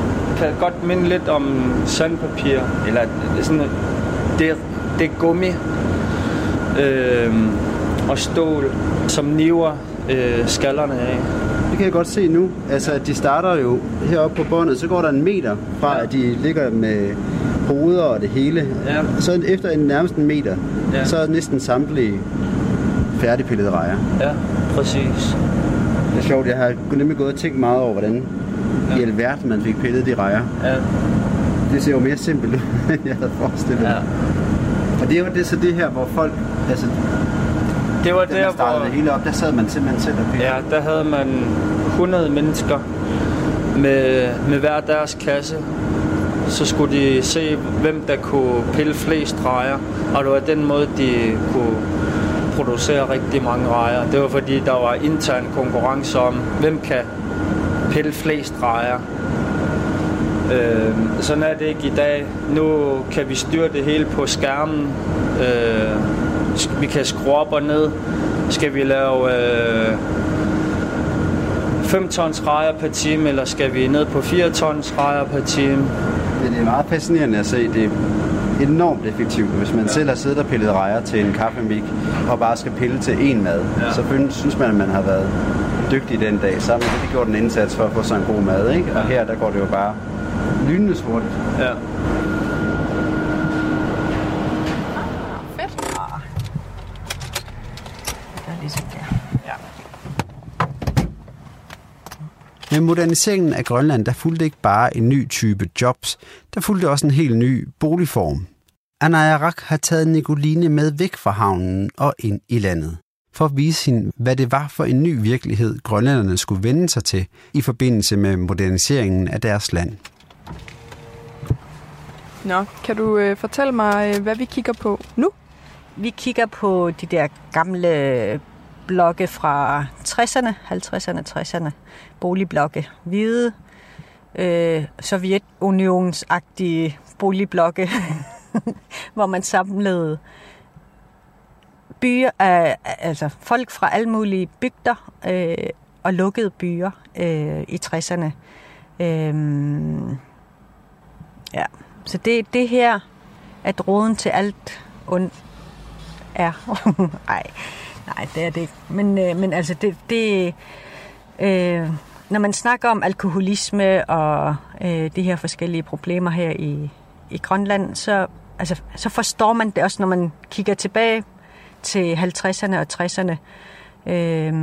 kan godt minde lidt om sandpapir, eller sådan, det, det er gummi øh, og stål, som niver øh, skallerne af. Det kan jeg godt se nu. Altså, de starter jo heroppe på båndet, så går der en meter fra, ja. At de ligger med hoveder og det hele. Ja. Så efter en nærmest en meter, ja. Så er næsten samtlige færdigpillede rejer. Ja, præcis. Det er sjovt, jeg har nemlig gået og tænkt meget over, hvordan ja. I alverden man fik pillet de rejer. Ja. Det ser jo mere simpelt ud, end jeg havde forestillet. Ja. Og det er jo det, så det her, hvor folk... Altså, det var da der, man startede hvor... det hele op, der sad man simpelthen selv og pillede. Ja, der havde man hundrede mennesker med, med hver deres kasse. Så skulle de se, hvem der kunne pille flest rejer. Og det var den måde, de kunne producere rigtig mange rejer. Det var fordi, der var intern konkurrence om, hvem kan pille flest rejer. Øh, sådan er det ikke i dag. Nu kan vi styre det hele på skærmen. Øh, vi kan skrue op og ned. Skal vi lave øh, fem tons rejer per time, eller skal vi ned på fire tons rejer per time? Det er meget fascinerende at se. Det er enormt effektivt. Hvis man ja. Selv har siddet og pillet rejer til en kaffemik, og bare skal pille til én mad, ja. Så synes man, at man har været dygtig den dag. Så har man virkelig gjort en indsats for at få sig en god mad, ikke? Og her, der går det jo bare lynende hurtigt. Ja. Fedt. Der er ligesom der. Ja. Med moderniseringen af Grønland, der fulgte ikke bare en ny type jobs, der fulgte også en helt ny boligform. Anayarak har taget Nicoline med væk fra havnen og ind i landet, for at vise hende, hvad det var for en ny virkelighed, grønlænderne skulle vende sig til i forbindelse med moderniseringen af deres land. Nå, kan du øh, fortælle mig, øh, hvad vi kigger på nu? Vi kigger på de der gamle blokke fra tresserne, halvtredserne, tresserne. Boligblokke. Hvide, øh, Sovjetunionsagtige boligblokke, hvor man samlede byer, øh, altså folk fra alle mulige bygder øh, og lukkede byer øh, i tresserne. Øh, ja. Så det, det her, at roden til alt ondt er. nej, nej, det er det ikke. Men, øh, men altså, det... det øh, når man snakker om alkoholisme og øh, de her forskellige problemer her i, i Grønland, så, altså, så forstår man det også, når man kigger tilbage til halvtredserne og tresserne, øh,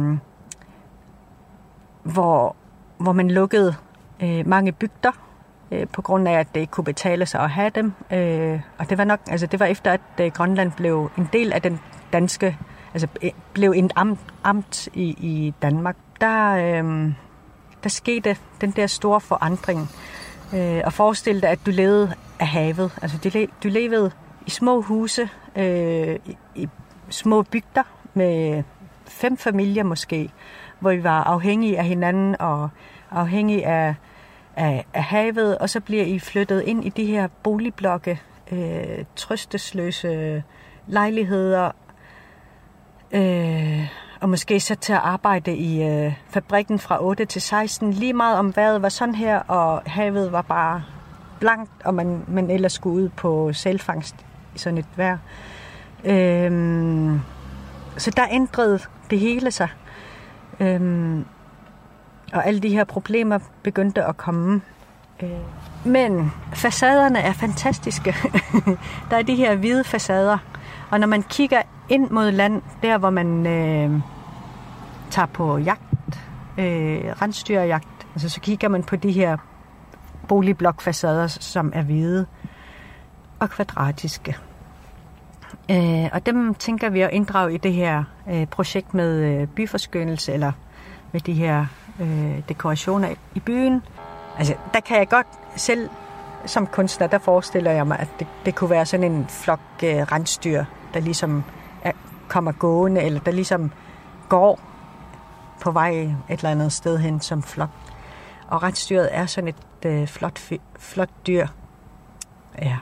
hvor, hvor man lukkede øh, mange bygder, øh, på grund af, at det ikke kunne betale sig at have dem. Øh, og det var nok, altså det var efter, at øh, Grønland blev en del af den danske, altså blev en amt, amt i, i Danmark. Der, øh, der skete den der store forandring. Øh, og forestil dig, at du levede af havet. Altså du, le, du levede i små huse, øh, i, i små bygder med fem familier måske, hvor vi var afhængige af hinanden og afhængige af, af, af havet. Og så bliver I flyttet ind i de her boligblokke, øh, trøstesløse lejligheder, øh, og måske så til at arbejde i øh, fabrikken fra otte til seksten. Lige meget om vejret var sådan her, og havet var bare blankt, og man, man ellers skulle ud på sælfangst i sådan et vejr. Øhm, så der ændrede det hele sig. Øhm, og alle de her problemer begyndte at komme. Øh, men facaderne er fantastiske. Der er de her hvide facader. Og når man kigger ind mod land, der hvor man øh, tager på jagt, øh, rensdyrjagt, altså så kigger man på de her boligblokfacader, som er hvide og kvadratiske. Øh, og dem tænker vi at inddrage i det her øh, projekt med øh, byforskønnelse, eller med de her øh, dekorationer i byen. Altså, der kan jeg godt selv som kunstner, der forestiller jeg mig, at det, det kunne være sådan en flok øh, rensdyr, der ligesom er, kommer gående, eller der ligesom går på vej et eller andet sted hen som flok. Og rensdyret er sådan et øh, flot, flot dyr. Ja.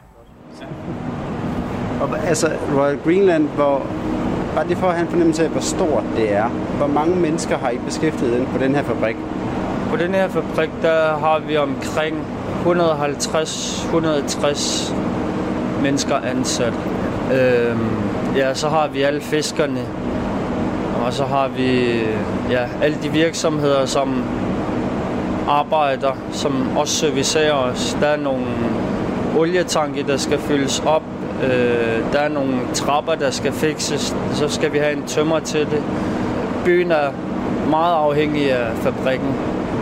Og altså, Royal Greenland, hvor, bare det for at have en fornemmelse af, hvor stort det er. Hvor mange mennesker har I beskæftiget på den her fabrik? På den her fabrik, der har vi omkring et hundrede og halvtreds til et hundrede og tres mennesker ansat. Øhm, ja, så har vi alle fiskerne, og så har vi ja, alle de virksomheder, som arbejder, som også servicerer os. Der er nogle olietanke, der skal fyldes op. Øh, der er nogle trapper, der skal fikses. Så skal vi have en tømrer til det. Byen er meget afhængig af fabrikken.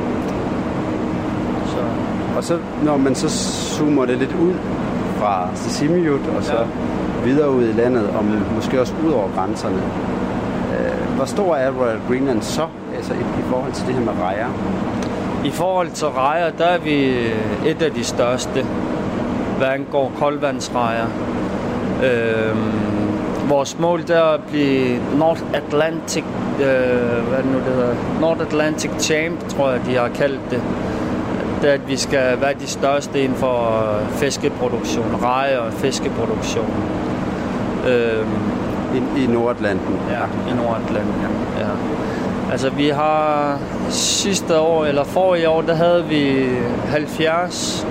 Så. Og så når man så zoomer det lidt ud fra Sisimiut og så ja. videre ud i landet, og måske også ud over grænserne. Øh, hvor stor er Royal Greenland så, altså i, i forhold til det her med rejer? I forhold til rejer, der er vi et af de største, hvad angår koldvandsrejer. Øh, vores mål der er at blive North Atlantic, øh, hvad er det nu det hedder? North Atlantic Champ, tror jeg, de har kaldt det. Det er, at vi skal være de største inden for fiskeproduktion, rejer og fiskeproduktion. Øh, I, I Nordatlanten? Ja, i Nordatlanten, ja. ja. Altså, vi har sidste år, eller forrige år, der havde vi halvfjerds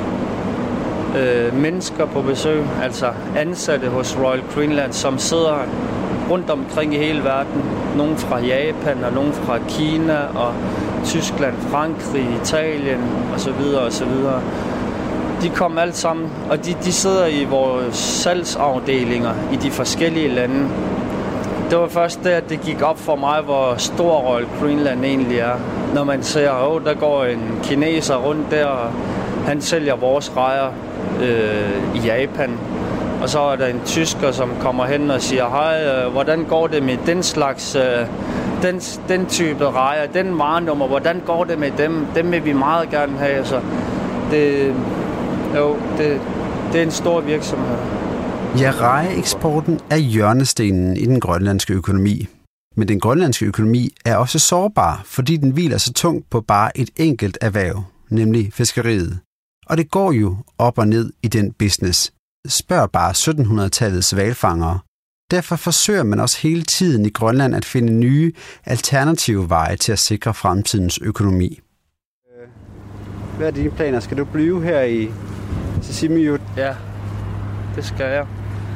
øh, mennesker på besøg, altså ansatte hos Royal Greenland, som sidder rundt omkring i hele verden. Nogle fra Japan, og nogle fra Kina, og Tyskland, Frankrig, Italien, osv. osv. De kom alle sammen, og de, de sidder i vores salgsafdelinger i de forskellige lande. Det var først der, at det gik op for mig, hvor stor Royal Greenland egentlig er. Når man ser, at oh, der går en kineser rundt der, og han sælger vores rejer øh, i Japan. Og så er der en tysker, som kommer hen og siger, hej, øh, hvordan går det med den slags, øh, den, den type rejer, den varenummer, hvordan går det med dem? Dem vil vi meget gerne have. Altså, det, jo, det, det er en stor virksomhed. Ja, rejeeksporten er hjørnestenen i den grønlandske økonomi. Men den grønlandske økonomi er også sårbar, fordi den hviler så tungt på bare et enkelt erhverv, nemlig fiskeriet. Og det går jo op og ned i den business. Spørg bare sytten hundrede-tallets hvalfangere. Derfor forsøger man også hele tiden i Grønland at finde nye, alternative veje til at sikre fremtidens økonomi. Hvad er dine planer? Skal du blive her i Sisimiut? Ja, det skal jeg.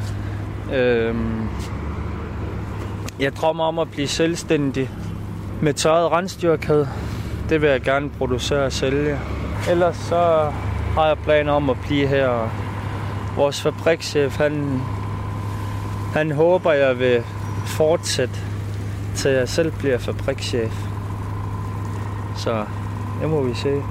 Øhm, jeg drømmer om at blive selvstændig med tørret rensdyrkæde. Det vil jeg gerne producere og sælge. Ellers så har jeg planer om at blive her. Vores fabrikschef, han, han håber, jeg vil fortsætte, til jeg selv bliver fabrikschef. Så det må vi se.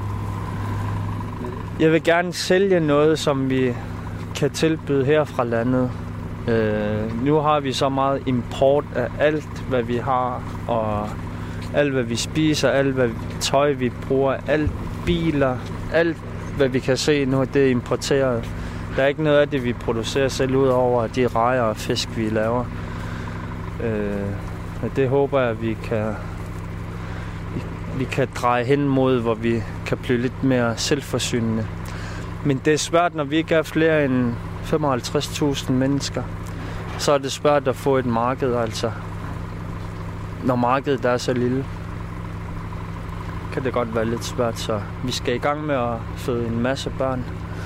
Jeg vil gerne sælge noget, som vi kan tilbyde her fra landet. Øh, nu har vi så meget import af alt, hvad vi har, og alt, hvad vi spiser, alt, hvad tøj vi bruger, alt biler, alt, hvad vi kan se nu, det er importeret. Der er ikke noget af det, vi producerer selv, ud over de rejer og fisk, vi laver. Øh, det håber jeg, at vi kan, vi, vi kan dreje hen mod, hvor vi kan blive lidt mere selvforsynende. Men det er svært, når vi ikke er flere end femoghalvtreds tusind mennesker. Så er det svært at få et marked, altså. Når markedet er så lille, kan det godt være lidt svært, så vi skal i gang med at føde en masse børn.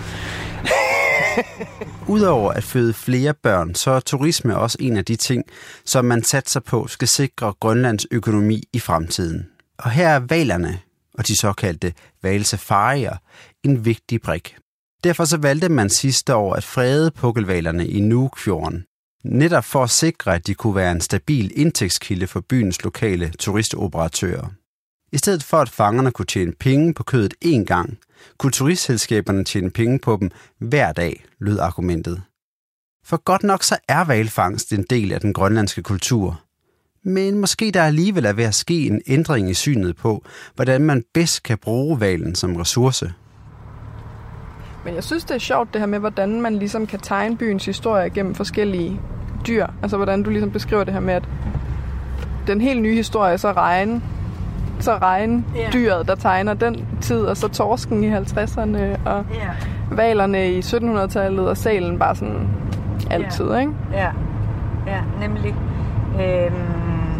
Udover at føde flere børn, så er turisme også en af de ting, som man satser på skal sikre Grønlands økonomi i fremtiden. Og her er hvalerne og de såkaldte hvalsafarier en vigtig brik. Derfor så valgte man sidste år at frede pukkelhvalerne i Nuukfjorden, netop for at sikre, at de kunne være en stabil indtægtskilde for byens lokale turistoperatører. I stedet for at fangerne kunne tjene penge på kødet én gang, kunne turistselskaberne tjene penge på dem hver dag, lød argumentet. For godt nok så er hvalfangst en del af den grønlandske kultur. Men måske der alligevel er ved at ske en ændring i synet på, hvordan man bedst kan bruge hvalen som ressource. Men jeg synes, det er sjovt det her med, hvordan man ligesom kan tegne byens historie gennem forskellige dyr. Altså hvordan du ligesom beskriver det her med, at den helt nye historie, så regn, så regndyret, der tegner den tid, og så torsken i halvtredserne, og hvalerne i sytten hundrede-tallet, og sælen bare sådan altid, ja. Ikke? Ja, ja, nemlig. Øhm,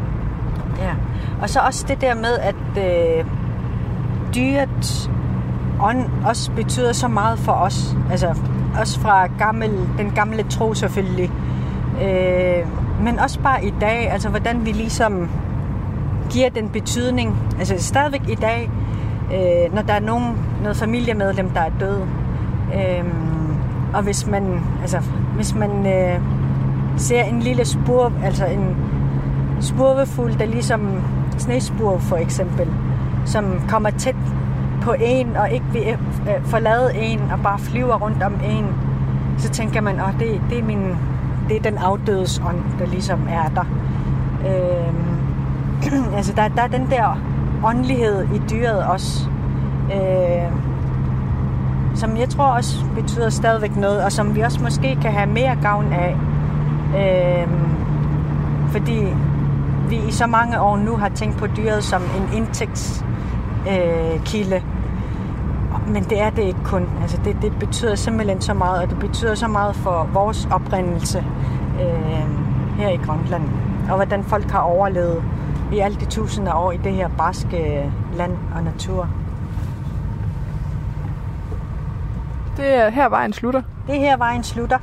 ja. Og så også det der med, at øh, dyret ånd også betyder så meget for os. Altså også fra gammel, den gamle tro selvfølgelig. Øh, men også bare i dag, altså hvordan vi ligesom giver den betydning. Altså stadigvæk i dag, øh, når der er nogen, noget familiemedlem, der er død. Øh, og hvis man, altså, hvis man øh, ser en lille spur, altså en spurvefugl, der ligesom snespurv for eksempel, som kommer tæt på en og ikke vil øh, forlade en og bare flyver rundt om en, så tænker man, at det, det, er min, det er den afdødes ånd, der ligesom er der. Øh, altså der, der er den der åndelighed i dyret også, øh, som jeg tror også betyder stadigvæk noget, og som vi også måske kan have mere gavn af. Øh, fordi vi i så mange år nu har tænkt på dyret som en indtægtskilde. Øh, Men det er det ikke kun. Altså det, det betyder simpelthen så meget, og det betyder så meget for vores oprindelse øh, her i Grønland. Og hvordan folk har overlevet i alle de tusinder år i det her barske land og natur. Det er her vejen slutter? Det er her vejen slutter.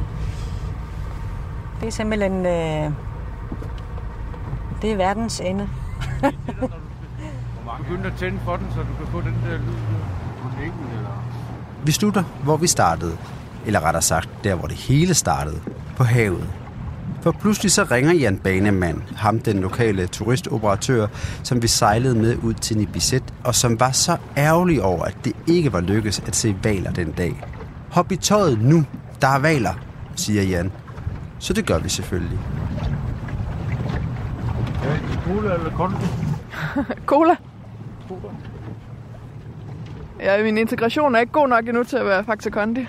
Det er simpelthen... Øh, det er verdens ende. Hvor mange begyndte at tænde for den, så du kan få den der lyd på hækken, eller? Vi slutter, hvor vi startede. Eller rettere sagt, der hvor det hele startede. På havet. For pludselig så ringer Jan Banemand, ham den lokale turistoperatør, som vi sejlede med ud til Nipisat, og som var så ærgerlig over, at det ikke var lykkes at se hvaler den dag. Hop i tøjet nu, der er hvaler, siger Jan. Så det gør vi selvfølgelig. Ja, cola eller kondi? Cola. Cola. Ja, min integration er ikke god nok endnu til at være Faxe Kondi.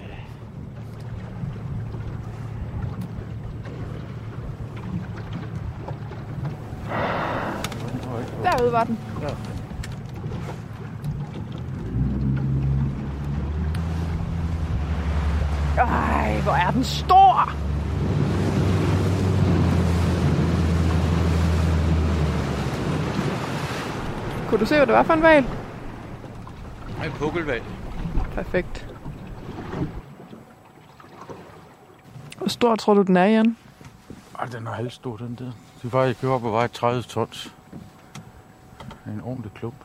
Derude var den. Ja. Ej, hvor er den stor! Kunne du se, hvad det var for en hval? En pukkelhval. Perfekt. Hvor stor tror du, den er, Jan? Ej, den er halvstor, den der. Det var, jeg køber på vej tredive tons. En ordentlig klump.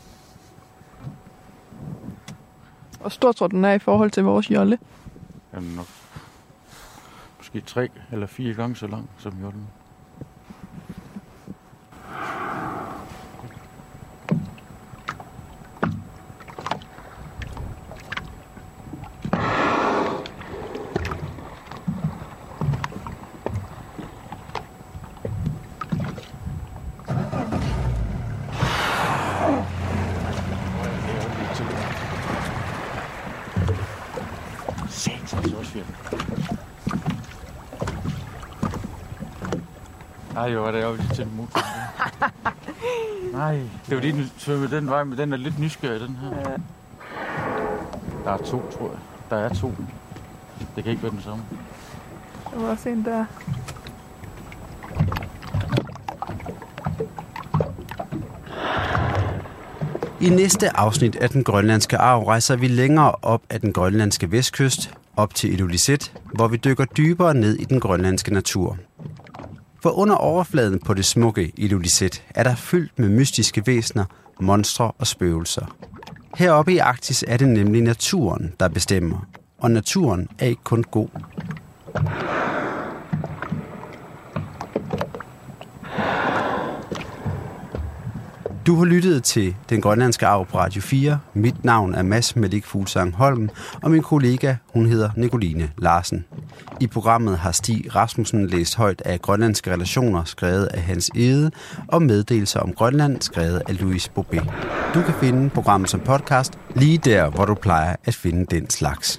Hvor stor tror du, den er i forhold til vores jolle? Den er nok måske tre eller fire gange så lang som jollen. Nej, jo, var det jo lige til motor. Nej, det var lige den svømme den vej, men den er lidt nysgerrig, den her. Ja. Der er to, tror jeg. Der er to. Det kan ikke være den samme. Der var også en der. I næste afsnit af Den Grønlandske Arv rejser vi længere op ad den grønlandske vestkyst, op til Ilulissat, hvor vi dykker dybere ned i den grønlandske natur. For under overfladen på det smukke Ilulissat er der fyldt med mystiske væsener, monstre og spøgelser. Heroppe i Arktis er det nemlig naturen, der bestemmer. Og naturen er ikke kun god. Du har lyttet til Den Grønlandske Arv på Radio fire. Mit navn er Mads Malik Fuglsang Holm, og min kollega, hun hedder Nicoline Larsen. I programmet har Stig Rasmussen læst højt af grønlandske relationer, skrevet af Hans Ede, og meddelelser om Grønland, skrevet af Louise Bobé. Du kan finde programmet som podcast lige der, hvor du plejer at finde den slags.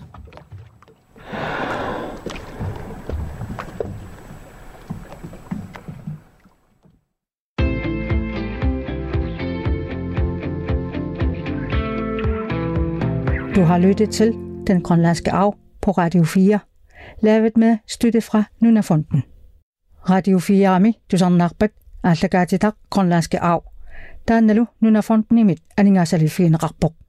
Du har lyttet til Den Grønlandske Arv på Radio fire, lavet med støtte fra Nunafonden. Radio fire Ami, du sådan nærmest, at der Grønlandske Arv. Der er nu Nunafonden i mit, at ingen særlig fin rapport.